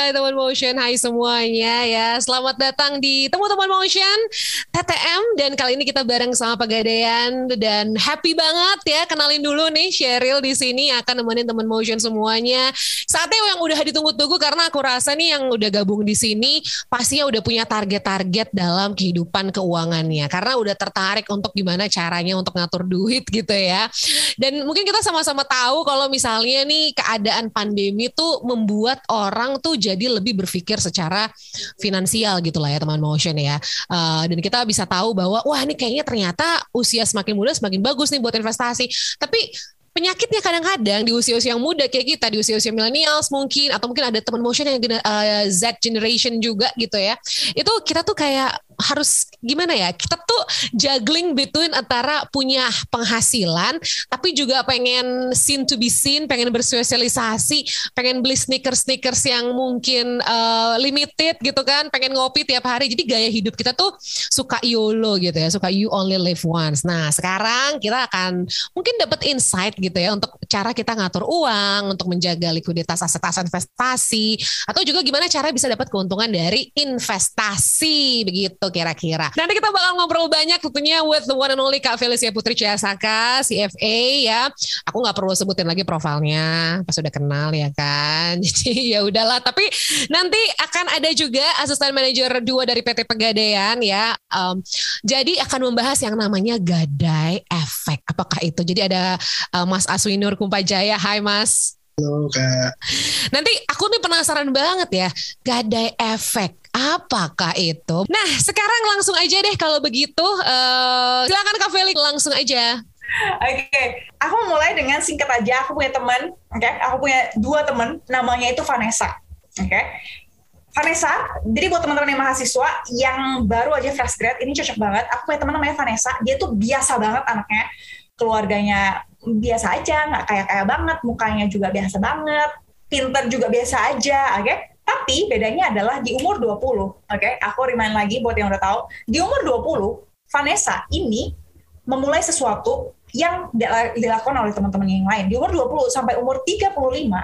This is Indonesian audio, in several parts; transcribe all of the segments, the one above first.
Hai teman Motion, hai semuanya ya. Selamat datang di Temu Teman Motion TTM dan kali ini kita bareng sama Pegadaian dan happy banget ya. Kenalin dulu nih Sheryl di sini akan nemenin teman Motion semuanya. Saatnya yang udah ditunggu-tunggu karena aku rasa nih yang udah gabung di sini pastinya udah punya target-target dalam kehidupan keuangannya karena udah tertarik untuk gimana caranya untuk ngatur duit gitu ya. Dan mungkin kita sama-sama tahu kalau misalnya nih keadaan pandemi tuh membuat orang tuh jadi lebih berpikir secara finansial gitu lah ya teman Motion ya. Dan kita bisa tahu bahwa wah ini kayaknya ternyata usia semakin muda semakin bagus nih buat investasi. Tapi penyakitnya kadang-kadang di usia-usia yang muda kayak kita, di usia-usia millennials mungkin, atau mungkin ada teman Motion yang Z generation juga gitu ya. Itu kita tuh kayak harus gimana ya, kita tuh juggling between antara punya penghasilan tapi juga pengen seen to be seen, pengen bersosialisasi, pengen beli sneakers yang mungkin limited gitu kan, pengen ngopi tiap hari. Jadi gaya hidup kita tuh suka YOLO gitu ya, suka you only live once. Nah sekarang kita akan mungkin dapat insight gitu ya untuk cara kita ngatur uang, untuk menjaga likuiditas aset-aset investasi, atau juga gimana cara bisa dapat keuntungan dari investasi begitu kira-kira. Nanti kita bakal ngobrol banyak tentunya with the one and only Kak Felicia Putri Ciasaka, CFA ya. Aku nggak perlu sebutin lagi profilnya, pas udah kenal ya kan. Jadi ya udahlah. Tapi nanti akan ada juga asisten manajer 2 dari PT Pegadaian ya. Jadi akan membahas yang namanya gadai efek. Apakah itu? Jadi ada Mas Aswinur Kumpajaya. Hai Mas. Halo Kak. Nanti aku nih penasaran banget ya, gadai efek. Apakah itu? Nah, sekarang langsung aja deh kalau begitu. Silakan Kak Felix, langsung aja. Oke, aku mulai dengan singkat aja. Aku punya teman, aku punya 2 teman, namanya itu Vanessa. Vanessa, jadi buat teman-teman yang mahasiswa yang baru aja fresh grad, ini cocok banget. Aku punya teman namanya Vanessa, dia tuh biasa banget anaknya, keluarganya biasa aja, nggak kaya-kaya banget, mukanya juga biasa banget, pinter juga biasa aja, Tapi bedanya adalah di umur 20, Aku remind lagi buat yang udah tahu, di umur 20, Vanessa ini memulai sesuatu yang dilakukan oleh teman-teman yang lain. Di umur 20 sampai umur 35,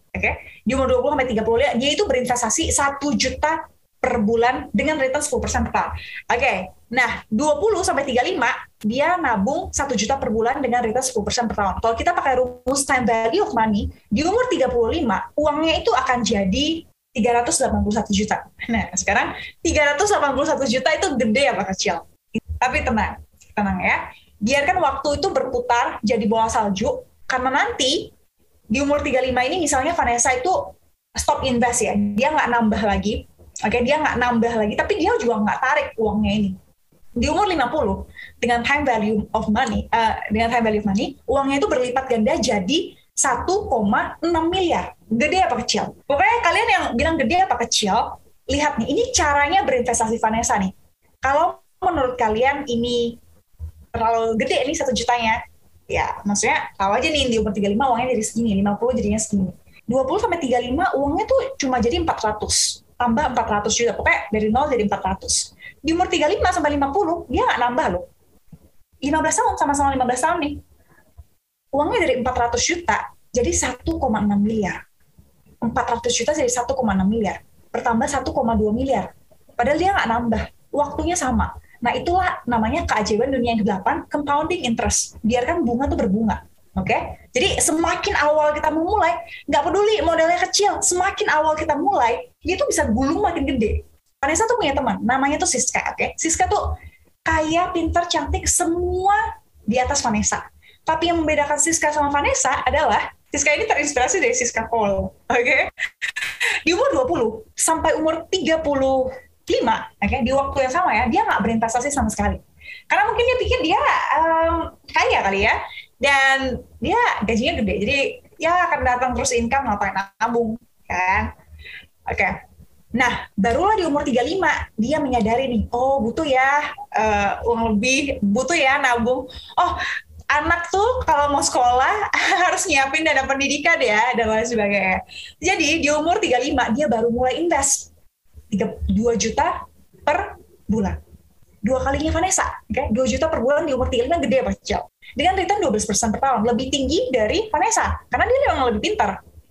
di umur 20 sampai 35, dia itu berinvestasi 1 juta per bulan dengan return 10% per tahun. Nah 20 sampai 35, dia nabung 1 juta per bulan dengan return 10% per tahun. Kalau kita pakai rumus time value of money, di umur 35, uangnya itu akan jadi 381 juta. Nah, sekarang 381 juta itu gede apa kecil? Tapi tenang ya. Biarkan waktu itu berputar jadi bola salju, karena nanti di umur 35 ini misalnya Vanessa itu stop invest ya. Dia nggak nambah lagi. Dia nggak nambah lagi, tapi dia juga nggak tarik uangnya ini. Di umur 50, dengan time value of money, uangnya itu berlipat ganda jadi 1,6 miliar. Gede apa kecil? Pokoknya kalian yang bilang gede apa kecil, lihat nih, ini caranya berinvestasi Vanessa nih. Kalau menurut kalian ini terlalu gede nih 1 jutanya, ya maksudnya tahu aja nih di umur 35 uangnya jadi segini, 50 jadinya segini. 20 sampai 35 uangnya tuh cuma jadi 400, tambah 400 juta. Pokoknya dari 0 jadi 400. Di umur 35 sampai 50, dia nggak nambah loh. 15 tahun, sama-sama 15 tahun nih. Uangnya dari 400 juta jadi 1,6 miliar. 400 juta jadi 1,6 miliar. Bertambah 1,2 miliar. Padahal dia nggak nambah. Waktunya sama. Nah itulah namanya keajaiban dunia yang ke-8, compounding interest. Biarkan bunga tuh berbunga. Jadi semakin awal kita memulai, nggak peduli modalnya kecil, semakin awal kita mulai, dia tuh bisa gulung makin gede. Vanessa tuh punya teman, namanya tuh Siska. Siska tuh kaya, pintar, cantik, semua di atas Vanessa. Tapi yang membedakan Siska sama Vanessa adalah Siska ini terinspirasi dari Siska Cole. Di umur 20 sampai umur 35, di waktu yang sama ya, dia nggak berinvestasi sama sekali. Karena mungkin dia pikir dia kaya kali ya, dan dia gajinya gede, jadi ya akan datang terus income, ngapain nabung kan. Nah, barulah di umur 35 dia menyadari nih, oh butuh ya uang lebih, butuh ya nabung. Oh, anak tuh kalau mau sekolah harus nyiapin dana pendidikan ya, dan lain sebagainya. Jadi di umur 35 dia baru mulai invest 2 juta per bulan. 2 kalinya Vanessa, 2 juta per bulan di umur 35 gede apa kecil? Dengan return 12% per tahun, lebih tinggi dari Vanessa, karena dia memang lebih pintar.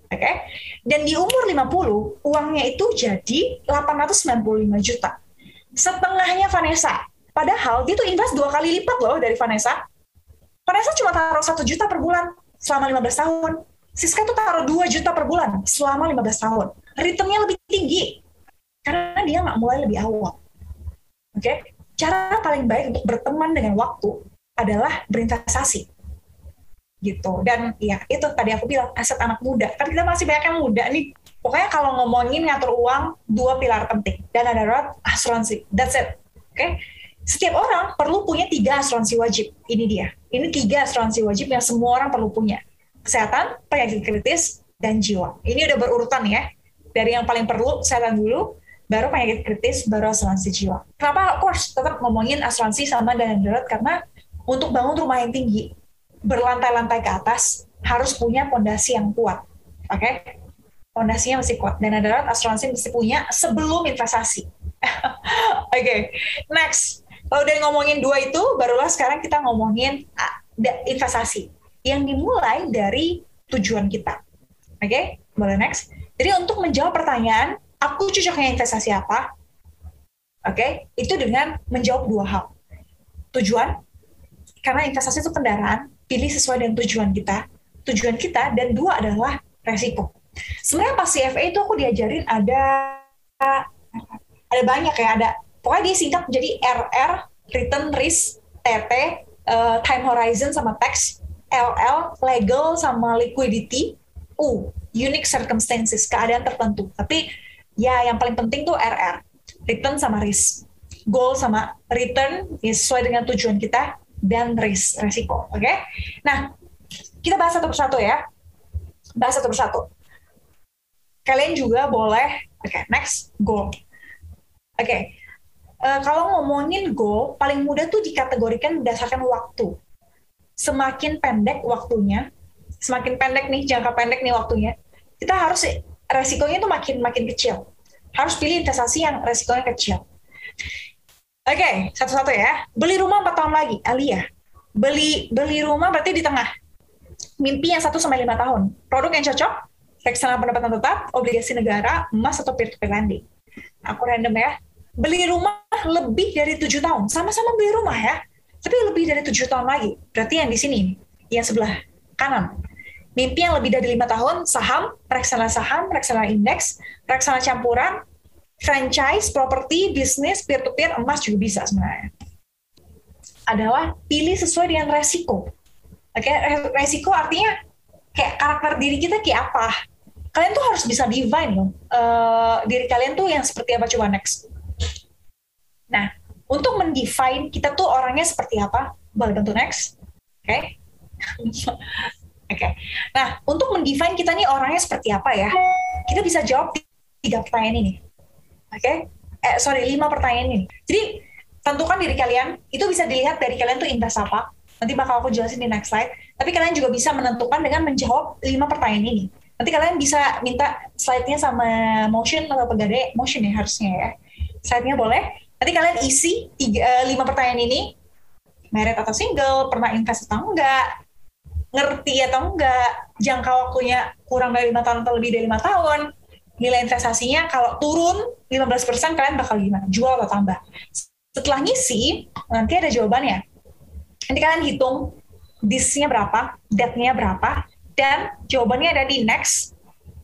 Oke. Dan di umur 50, uangnya itu jadi 895 juta. Setengahnya Vanessa. Padahal dia tuh invest 2 kali lipat loh dari Vanessa. Vanessa cuma taruh 1 juta per bulan selama 15 tahun. Siska tuh taruh 2 juta per bulan selama 15 tahun. Returnnya lebih tinggi. Karena dia nggak mulai lebih awal. Oke. Cara paling baik untuk berteman dengan waktu adalah berinvestasi. Gitu. Dan ya itu tadi aku bilang aset anak muda, kan kita masih banyak yang muda nih. Pokoknya kalau ngomongin ngatur uang, 2 pilar penting, dana darurat, asuransi, that's it. Oke. Setiap orang perlu punya 3 asuransi wajib. Ini dia, ini 3 asuransi wajib yang semua orang perlu punya: kesehatan, penyakit kritis, dan jiwa. Ini udah berurutan ya, dari yang paling perlu kesehatan dulu, baru penyakit kritis, baru asuransi jiwa. Kenapa? Of course tetap ngomongin asuransi sama dana darurat, karena untuk bangun rumah yang tinggi, berlantai-lantai ke atas, harus punya fondasi yang kuat. Oke? Fondasinya mesti kuat. Dana darurat, asuransi mesti punya sebelum investasi. Oke. Next. Kalau udah ngomongin 2 itu, barulah sekarang kita ngomongin investasi. Yang dimulai dari tujuan kita. Oke? Boleh next. Jadi untuk menjawab pertanyaan, aku cocoknya investasi apa? Oke? Itu dengan menjawab 2 hal. Tujuan, karena investasi itu kendaraan, pilih sesuai dengan tujuan kita, dan 2 adalah resiko. Sebenarnya pas CFA itu aku diajarin ada banyak ya, pokoknya dia singkat jadi RR, return, risk, TT, time horizon sama tax, LL, legal sama liquidity, unique circumstances, keadaan tertentu. Tapi ya yang paling penting tuh RR, return sama risk, goal sama return sesuai dengan tujuan kita, dan resiko. Oke? Nah, kita bahas satu persatu ya. Kalian juga boleh, next, goal. Kalau ngomongin goal, paling mudah tuh dikategorikan berdasarkan waktu. Semakin pendek waktunya, semakin pendek nih, jangka pendek nih waktunya, kita harus, resikonya tuh makin kecil. Harus pilih investasi yang resikonya kecil. Oke, satu-satu ya. Beli rumah 4 tahun lagi, Alia. Beli rumah berarti di tengah. Mimpi yang 1-5 tahun. Produk yang cocok, reksadana pendapatan tetap, obligasi negara, emas atau peer-to-peer lending. Aku random ya. Beli rumah lebih dari 7 tahun. Sama-sama beli rumah ya. Tapi lebih dari 7 tahun lagi. Berarti yang di sini, yang sebelah kanan. Mimpi yang lebih dari 5 tahun, saham, reksadana indeks, reksadana campuran, franchise, properti, bisnis, peer-to-peer, emas juga bisa sebenarnya. Adalah pilih sesuai dengan resiko. Oke, resiko artinya kayak karakter diri kita kayak apa. Kalian tuh harus bisa define loh. Diri kalian tuh yang seperti apa, coba next. Nah, untuk mendefine kita tuh orangnya seperti apa, boleh bantu next. Oke. Nah, untuk mendefine kita nih orangnya seperti apa ya, kita bisa jawab 3 pertanyaan ini. 5 pertanyaan ini. Jadi tentukan diri kalian, itu bisa dilihat dari kalian tuh invest apa. Nanti bakal aku jelasin di next slide. Tapi kalian juga bisa menentukan dengan menjawab 5 pertanyaan ini. Nanti kalian bisa minta slide-nya sama Motion atau Pegadaian, Motion ya harusnya ya. Slide-nya boleh. Nanti kalian isi 5 pertanyaan ini. Married atau single, pernah invest atau enggak, ngerti atau enggak, jangka waktunya kurang dari 5 tahun atau lebih dari 5 tahun, nilai investasinya kalau turun 15% kalian bakal gimana? Jual atau tambah? Setelah ngisi, nanti ada jawabannya. Nanti kalian hitung this-nya berapa, that-nya berapa, dan jawabannya ada di next.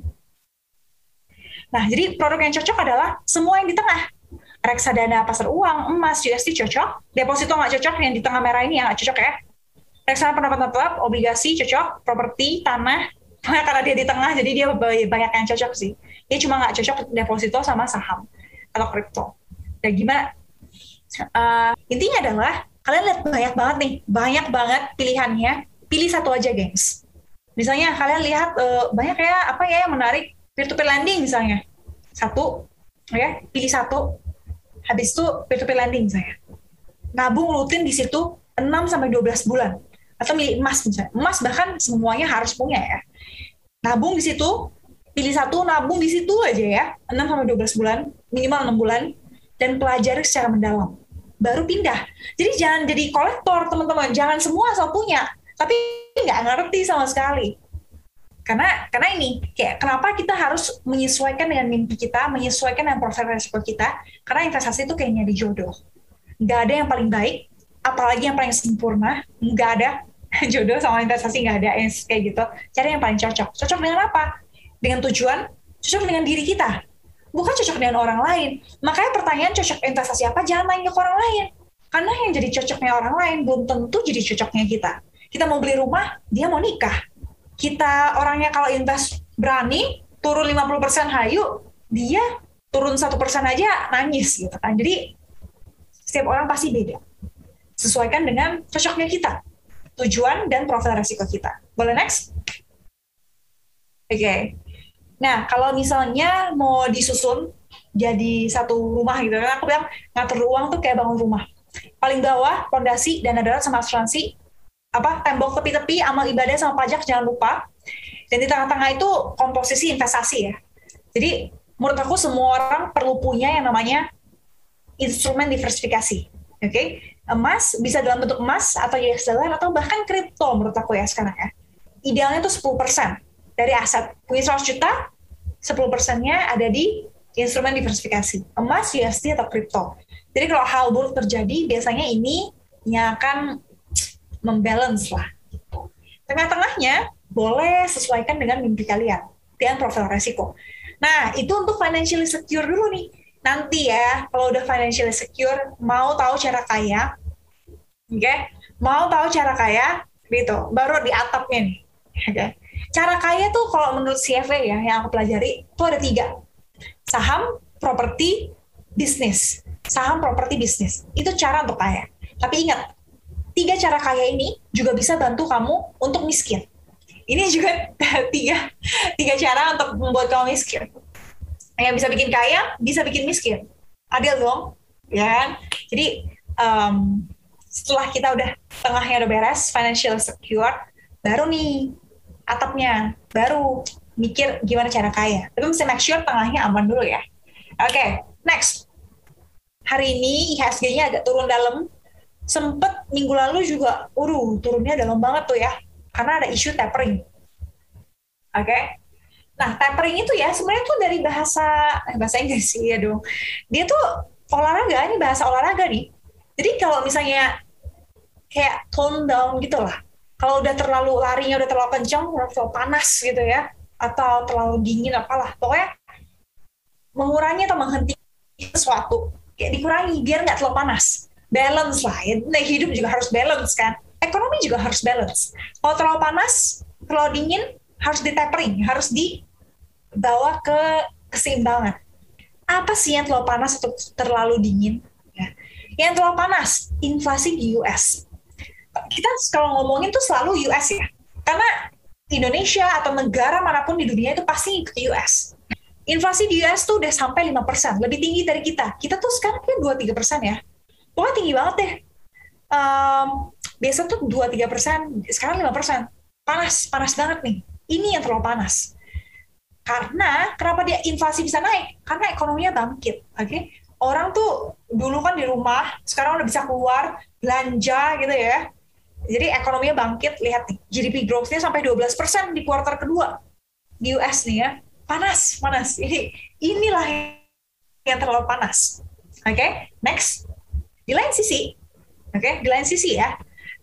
Nah, jadi produk yang cocok adalah semua yang di tengah. Reksadana pasar uang, emas, USD cocok, deposito nggak cocok, yang di tengah merah ini yang nggak cocok ya. Reksadana pendapatan tetap, obligasi cocok, properti, tanah, karena dia di tengah, jadi dia banyak yang cocok sih. Dia cuma nggak cocok deposito sama saham atau kripto. Dan gimana? Intinya adalah kalian lihat banyak banget pilihannya. Pilih satu aja, gengs. Misalnya kalian lihat banyak ya apa ya yang menarik, peer-to-peer lending misalnya. Satu, pilih satu. Habis itu peer-to-peer lending misalnya. Nabung rutin di situ 6-12 bulan. Atau milih emas misalnya. Emas bahkan semuanya harus punya ya. Nabung di situ. Pilih satu, nabung di situ aja ya, 6-12 bulan, minimal 6 bulan, dan pelajari secara mendalam. Baru pindah. Jadi jangan jadi kolektor, teman-teman. Jangan semua asal punya, tapi nggak ngerti sama sekali. Karena ini kayak kenapa kita harus menyesuaikan dengan mimpi kita, menyesuaikan dengan profil resiko kita, karena investasi itu kayak nyari jodoh. Nggak ada yang paling baik, apalagi yang paling sempurna, nggak ada. Jodoh sama investasi nggak ada yang kayak gitu. Cari yang paling cocok. Cocok dengan apa? Dengan tujuan, cocok dengan diri kita. Bukan cocok dengan orang lain. Makanya pertanyaan cocok investasi apa, jangan nanya ke orang lain. Karena yang jadi cocoknya orang lain belum tentu jadi cocoknya kita. Kita mau beli rumah, dia mau nikah. Kita orangnya kalau invest berani, turun 50% hayu, dia turun 1% aja nangis gitu kan. Jadi setiap orang pasti beda. Sesuaikan dengan cocoknya kita. Tujuan dan profil resiko kita. Boleh next? Oke. Nah, kalau misalnya mau disusun jadi satu rumah gitu kan, aku bilang ngatur uang tuh kayak bangun rumah. Paling bawah, fondasi, dana darurat sama asuransi, tembok tepi-tepi, amal ibadah sama pajak jangan lupa. Dan di tengah-tengah itu komposisi investasi ya. Jadi menurut aku semua orang perlu punya yang namanya instrumen diversifikasi. Oke? Emas bisa dalam bentuk emas atau US dollar atau bahkan kripto menurut aku ya sekarang ya. Idealnya itu 10% dari aset. Punya 100 juta, 10%-nya ada di instrumen diversifikasi. Emas, USD atau kripto. Jadi kalau hal buruk terjadi, biasanya ini yang akan membalance lah. Tengah-tengahnya boleh sesuaikan dengan mimpi kalian dan profil resiko. Nah, itu untuk financially secure dulu nih. Nanti ya, kalau udah financially secure, mau tahu cara kaya, oke? Mau tahu cara kaya, gitu. Baru di atapnya nih. Okay? Cara kaya tuh kalau menurut CFA ya, yang aku pelajari, itu ada 3. Saham, properti, bisnis. Saham, properti, bisnis. Itu cara untuk kaya. Tapi ingat, 3 cara kaya ini juga bisa bantu kamu untuk miskin. Ini juga 3 cara untuk membuat kamu miskin. Yang bisa bikin kaya, bisa bikin miskin. Adil dong, ya kan? Jadi setelah kita udah tengahnya udah beres, financial secure, baru nih atapnya, baru mikir gimana cara kaya. Tapi mesti make sure tengahnya aman dulu ya. Oke, next. Hari ini IHSG-nya agak turun dalam. Sempet minggu lalu juga, turunnya dalam banget tuh ya. Karena ada isu tapering. Oke. Nah, tapering itu ya sebenarnya tuh dari bahasa Inggris sih ya dong. Dia tuh olahraga, ini bahasa olahraga nih. Jadi kalau misalnya kayak tone down gitu lah. Kalau udah terlalu larinya udah terlalu kencang, udah terlalu panas gitu ya, atau terlalu dingin apalah. Pokoknya mengurangi atau menghentikan sesuatu. Kayak dikurangi biar nggak terlalu panas. Balance lah. Ya. Nah, hidup juga harus balance kan. Ekonomi juga harus balance. Kalau terlalu panas, terlalu dingin, harus di-tapering, harus dibawa ke keseimbangan. Apa sih yang terlalu panas atau terlalu dingin? Ya. Yang terlalu panas, inflasi di US. Kita kalau ngomongin tuh selalu US ya. Karena Indonesia atau negara manapun di dunia itu pasti ikut US. Inflasi di US tuh udah sampai 5%, lebih tinggi dari kita. Kita tuh sekarang kan 2-3% ya. Pokoknya tinggi banget deh. Biasa tuh 2-3%, sekarang 5%. Panas banget nih. Ini yang terlalu panas. Karena kenapa dia inflasi bisa naik? Karena ekonominya bangkit, oke? Orang tuh dulu kan di rumah, sekarang udah bisa keluar belanja gitu ya. Jadi ekonominya bangkit, lihat nih, GDP growth-nya sampai 12% di kuartal kedua di US nih ya. Panas. Inilah yang terlalu panas. Oke, next. Di lain sisi ya,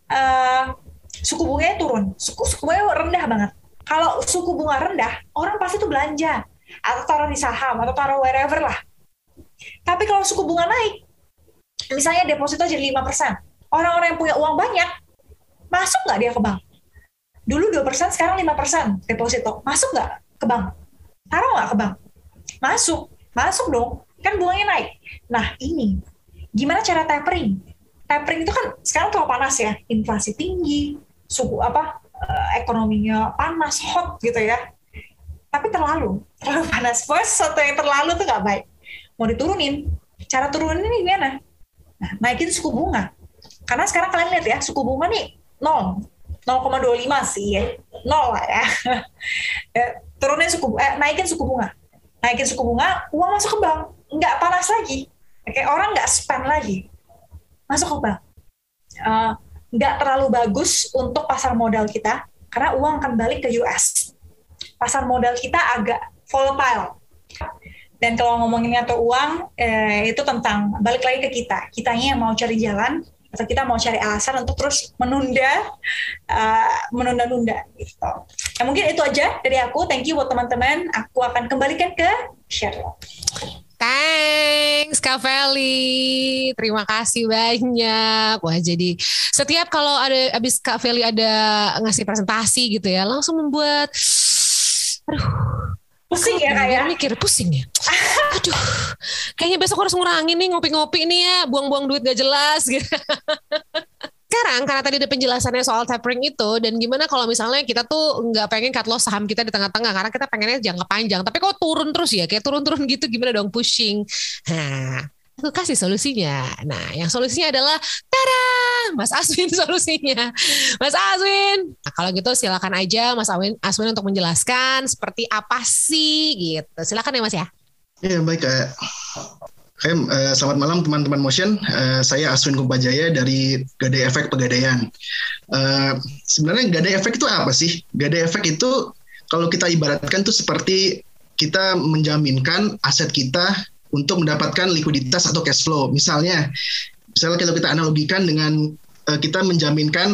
suku bunganya turun, suku bunganya rendah banget. Kalau suku bunga rendah, orang pasti tuh belanja atau taruh di saham atau taruh wherever lah. Tapi kalau suku bunga naik, misalnya deposito jadi 5%, orang-orang yang punya uang banyak, masuk nggak dia ke bank? Dulu 2%, sekarang 5% deposito. Masuk nggak ke bank? Taruh nggak ke bank? Masuk dong. Kan bunganya naik. Nah ini, gimana cara tapering? Tapering itu kan sekarang terlalu panas ya, inflasi tinggi, ekonominya panas, hot gitu ya. Tapi terlalu panas. First, sesuatu yang terlalu tuh nggak baik. Mau diturunin, cara turunin ini gimana? Nah, naikin suku bunga. Karena sekarang kalian lihat ya, suku bunga nih 0,25 sih ya. 0 lah ya. Naikin suku bunga. Naikin suku bunga, uang masuk ke bank. Nggak panas lagi. Oke, orang nggak spend lagi. Masuk ke bank. Nggak terlalu bagus untuk pasar modal kita, karena uang akan balik ke US. pasar modal kita agak volatile. Dan kalau ngomongin ngatur uang, itu tentang balik lagi ke kitanya yang mau cari jalan atau kita mau cari alasan untuk terus menunda gitu. Ya, mungkin itu aja dari aku. Thank you buat teman-teman. Aku akan kembalikan ke Cheryl. Thanks Kak Feli, terima kasih banyak. Wah, jadi setiap kalau ada abis Kak Feli ada ngasih presentasi gitu ya, langsung membuat pusing ya kayak mikir pusing ya. Aduh, kayaknya besok harus ngurangin nih ngopi-ngopi nih ya, buang-buang duit gak jelas gitu. Sekarang karena tadi ada penjelasannya soal tapering itu dan gimana kalau misalnya kita tuh nggak pengen cut loss saham kita di tengah-tengah karena kita pengennya jangka panjang, tapi kok turun terus ya, kayak turun-turun gitu, gimana dong pushing. Nah, aku kasih solusinya. Nah, yang solusinya adalah tada, Mas Aswin solusinya. Mas Aswin. Nah, kalau gitu silakan aja Mas Aswin untuk menjelaskan seperti apa sih gitu. Silakan ya Mas ya. Iya, baik Kak. Selamat malam teman-teman Motion. Saya Aswin Kumpajaya dari Gadai Efek Pegadaian. Sebenarnya Gadai Efek itu apa sih? Gadai Efek itu kalau kita ibaratkan tuh seperti kita menjaminkan aset kita untuk mendapatkan likuiditas atau cash flow. Misalnya kalau kita analogikan dengan kita menjaminkan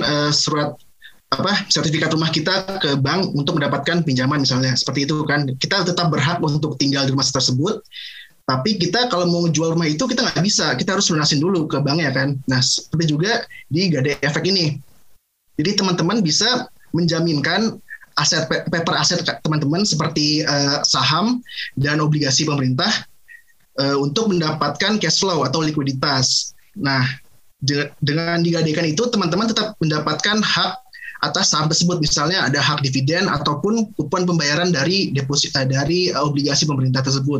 sertifikat rumah kita ke bank untuk mendapatkan pinjaman misalnya, seperti itu kan. Kita tetap berhak untuk tinggal di rumah tersebut, tapi kita kalau mau jual rumah itu kita nggak bisa, kita harus lunasin dulu ke banknya kan. Nah, seperti juga di Gadai Efek ini. Jadi teman-teman bisa menjaminkan paper aset teman-teman seperti saham dan obligasi pemerintah untuk mendapatkan cash flow atau likuiditas. Nah, dengan digadaikan itu teman-teman tetap mendapatkan hak atas saham tersebut, misalnya ada hak dividen ataupun kupon pembayaran dari deposit dari obligasi pemerintah tersebut.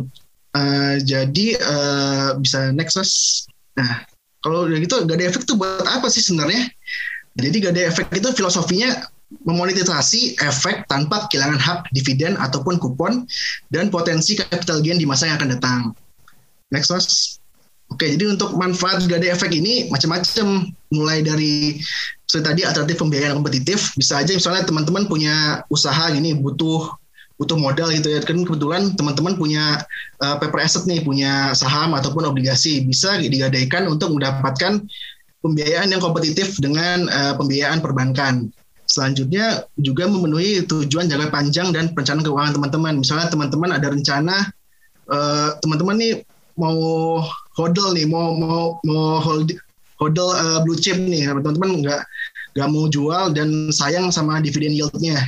Jadi bisa next. Nah, kalau udah gitu Gadai Efek itu buat apa sih sebenarnya? Jadi Gadai Efek itu filosofinya memonetisasi efek tanpa kehilangan hak dividen ataupun kupon dan potensi capital gain di masa yang akan datang. Next. Oke, jadi untuk manfaat Gadai Efek ini macam-macam, mulai dari seperti tadi alternatif pembiayaan kompetitif. Bisa aja misalnya teman-teman punya usaha gini, butuh modal gitu ya, kan kebetulan teman-teman punya paper asset nih, punya saham ataupun obligasi, bisa digadaikan untuk mendapatkan pembiayaan yang kompetitif dengan pembiayaan perbankan. Selanjutnya juga memenuhi tujuan jangka panjang dan perencanaan keuangan teman-teman. Misalnya teman-teman ada rencana, teman-teman nih mau hodl nih, mau hodl blue chip nih, teman-teman nggak mau jual dan sayang sama dividen yieldnya.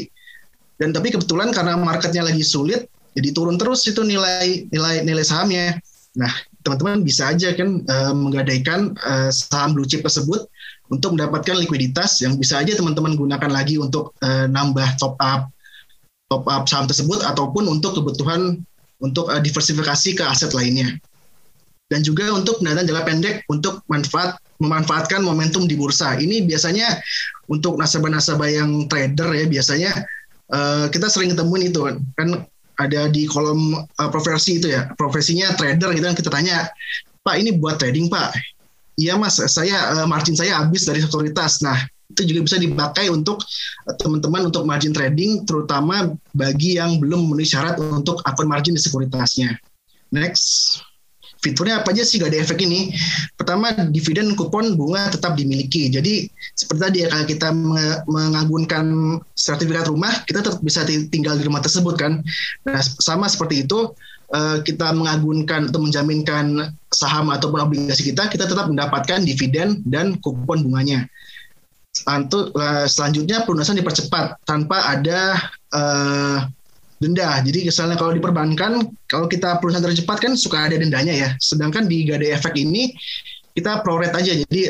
Tapi kebetulan karena marketnya lagi sulit, jadi turun terus itu nilai sahamnya. Nah, teman-teman bisa aja kan menggadaikan saham blue chip tersebut untuk mendapatkan likuiditas yang bisa aja teman-teman gunakan lagi untuk nambah top up saham tersebut ataupun untuk kebutuhan untuk diversifikasi ke aset lainnya. Dan juga untuk pendanaan jangka pendek untuk memanfaatkan momentum di bursa. Ini biasanya untuk nasabah-nasabah yang trader ya, biasanya kita sering ketemuin itu kan ada di kolom profesi itu ya, profesinya trader gitu kan, kita tanya, Pak ini buat trading Pak? Iya Mas, margin saya habis dari sekuritas. Nah, itu juga bisa dipakai untuk teman-teman untuk margin trading, terutama bagi yang belum memenuhi syarat untuk akun margin di sekuritasnya. Next. Fiturnya apa aja sih Gadai Efek ini? Pertama, dividen kupon bunga tetap dimiliki. Jadi seperti tadi ya, kalau kita mengagunkan sertifikat rumah, kita tetap bisa tinggal di rumah tersebut kan. Nah, sama seperti itu, kita mengagunkan atau menjaminkan saham ataupun obligasi kita tetap mendapatkan dividen dan kupon bunganya. Selanjutnya pelunasan dipercepat tanpa ada denda. Jadi misalnya kalau di perbankan, kalau kita pelunasan tercepat kan suka ada dendanya ya. Sedangkan di Gadai Efek ini kita pro-rate aja. Jadi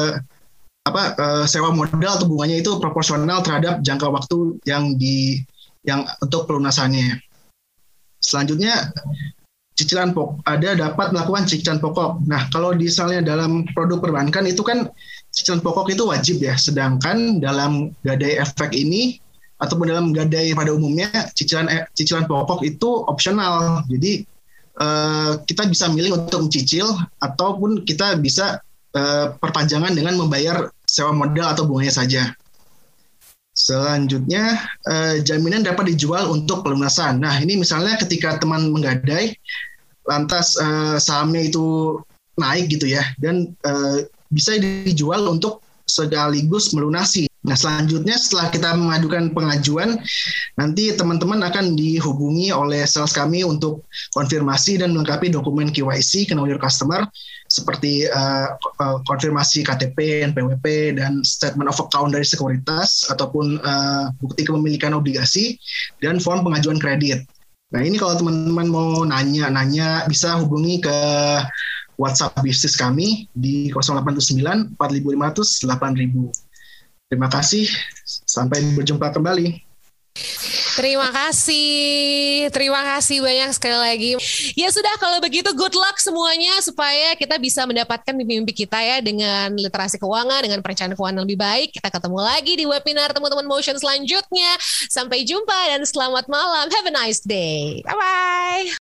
sewa modal atau bunganya itu proporsional terhadap jangka waktu yang untuk pelunasannya. Selanjutnya cicilan pokok, dapat melakukan cicilan pokok. Nah, kalau misalnya dalam produk perbankan itu kan cicilan pokok itu wajib ya. Sedangkan dalam Gadai Efek ini ataupun dalam Gadai pada umumnya cicilan pokok itu opsional. Jadi kita bisa milih untuk mencicil ataupun kita bisa perpanjangan dengan membayar sewa modal atau bunganya saja. Selanjutnya, jaminan dapat dijual untuk pelunasan. Nah, ini misalnya ketika teman menggadai, lantas sahamnya itu naik gitu ya, dan bisa dijual untuk sekaligus melunasi. Nah, selanjutnya setelah kita mengajukan pengajuan, nanti teman-teman akan dihubungi oleh sales kami untuk konfirmasi dan melengkapi dokumen KYC, Know Your Customer, seperti konfirmasi KTP, NPWP, dan statement of account dari sekuritas, ataupun bukti kepemilikan obligasi, dan form pengajuan kredit. Nah, ini kalau teman-teman mau nanya bisa hubungi ke WhatsApp bisnis kami di 0879 4500 8000. Terima kasih, sampai berjumpa kembali. Terima kasih banyak sekali lagi. Ya sudah, kalau begitu good luck semuanya supaya kita bisa mendapatkan mimpi-mimpi kita ya dengan literasi keuangan, dengan perencanaan keuangan yang lebih baik. Kita ketemu lagi di webinar teman-teman Motion selanjutnya. Sampai jumpa dan selamat malam. Have a nice day. Bye-bye.